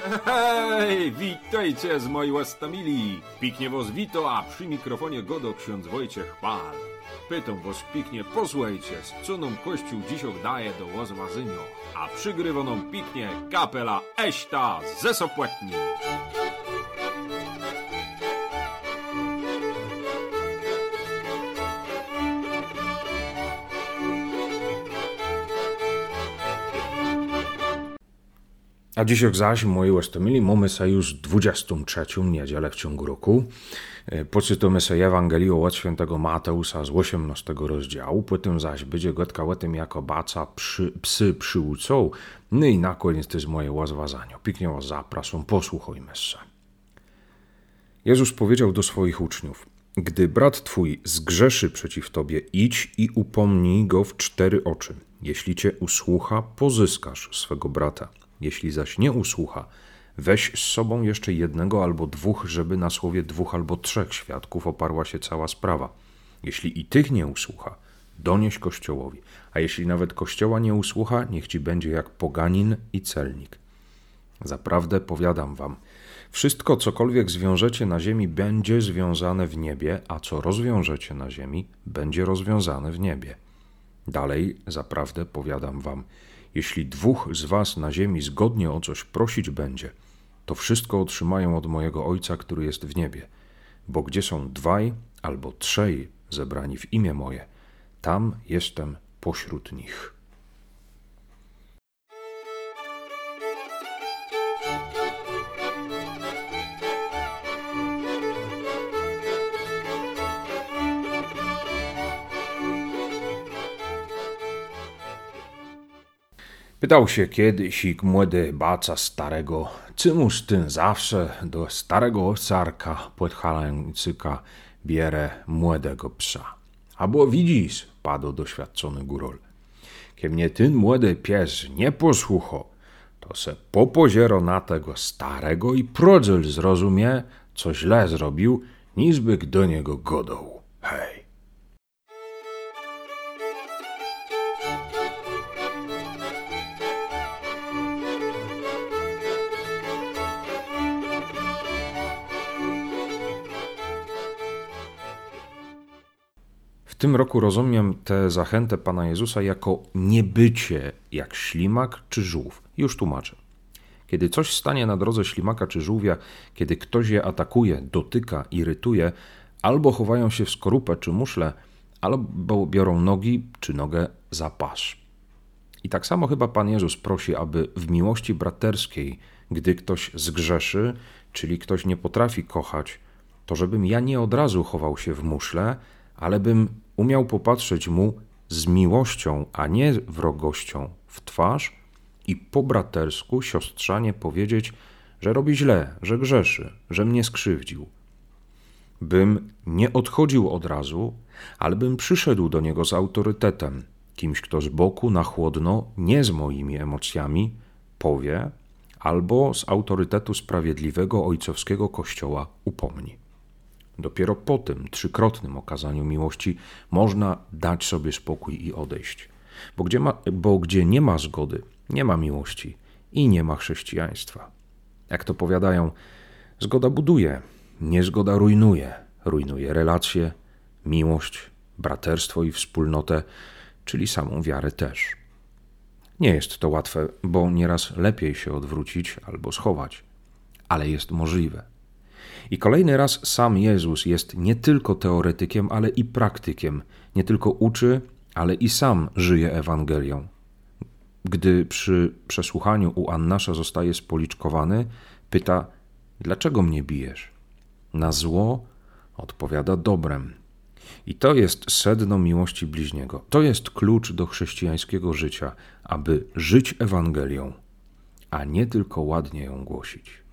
Hej, witajcie z mojej łastamili. Piknie was wito, a przy mikrofonie godo ksiądz Wojciech Pal. Pytam was piknie, posłuchajcie, z co nam Kościół dzisiaj daje do łazwazynio, a przygrywa nam piknie kapela Eśta ze Sopłetni. A dzisiaj zaś, moi łastomili, mamy se już 23. niedzielę w ciągu roku. Poczytamy sobie Ewangelię od świętego Mateusa z 18 rozdziału, potem zaś będzie gotka o tym, jako baca psy przyucą. No i na koniec to jest moje łazwazanie. Pięknie was zapraszam, posłuchajmy se. Jezus powiedział do swoich uczniów: gdy brat twój zgrzeszy przeciw tobie, idź i upomnij go w 4 oczy. Jeśli cię usłucha, pozyskasz swego brata. Jeśli zaś nie usłucha, weź z sobą jeszcze 1 albo 2, żeby na słowie 2 albo 3 świadków oparła się cała sprawa. Jeśli i tych nie usłucha, donieś Kościołowi, a jeśli nawet Kościoła nie usłucha, niech ci będzie jak poganin i celnik. Zaprawdę powiadam wam, wszystko cokolwiek zwiążecie na ziemi, będzie związane w niebie, a co rozwiążecie na ziemi, będzie rozwiązane w niebie. Dalej, zaprawdę powiadam wam, jeśli 2 z was na ziemi zgodnie o coś prosić będzie, to wszystko otrzymają od mojego Ojca, który jest w niebie. Bo gdzie są 2 albo 3 zebrani w imię moje, tam jestem pośród nich. Pytał się kiedyś młody baca starego, cymuż ten zawsze do starego owcarka podchalańcyka bierze młodego psa. A bo widzisz, padł doświadczony górol, kie mnie ten młody pies nie posłuchał, to se popoziero na tego starego i prodzel zrozumie, co źle zrobił, niżby do niego godał. Hej. W tym roku rozumiem tę zachętę Pana Jezusa jako niebycie jak ślimak czy żółw. Już tłumaczę. Kiedy coś stanie na drodze ślimaka czy żółwia, kiedy ktoś je atakuje, dotyka, irytuje, albo chowają się w skorupę czy muszle, albo biorą nogi czy nogę za pas. I tak samo chyba Pan Jezus prosi, aby w miłości braterskiej, gdy ktoś zgrzeszy, czyli ktoś nie potrafi kochać, to żebym ja nie od razu chował się w muszle, ale bym umiał popatrzeć mu z miłością, a nie wrogością w twarz i po bratersku, siostrzanie powiedzieć, że robi źle, że grzeszy, że mnie skrzywdził. Bym nie odchodził od razu, ale bym przyszedł do niego z autorytetem, kimś, kto z boku na chłodno, nie z moimi emocjami, powie, albo z autorytetu sprawiedliwego ojcowskiego Kościoła upomni. Dopiero po tym 3-krotnym okazaniu miłości można dać sobie spokój i odejść. Bo gdzie nie ma zgody, nie ma miłości i nie ma chrześcijaństwa. Jak to powiadają, zgoda buduje, niezgoda rujnuje. Rujnuje relacje, miłość, braterstwo i wspólnotę, czyli samą wiarę też. Nie jest to łatwe, bo nieraz lepiej się odwrócić albo schować, ale jest możliwe. I kolejny raz sam Jezus jest nie tylko teoretykiem, ale i praktykiem. Nie tylko uczy, ale i sam żyje Ewangelią. Gdy przy przesłuchaniu u Annasza zostaje spoliczkowany, pyta: dlaczego mnie bijesz? Na zło odpowiada dobrem. I to jest sedno miłości bliźniego. To jest klucz do chrześcijańskiego życia, aby żyć Ewangelią, a nie tylko ładnie ją głosić.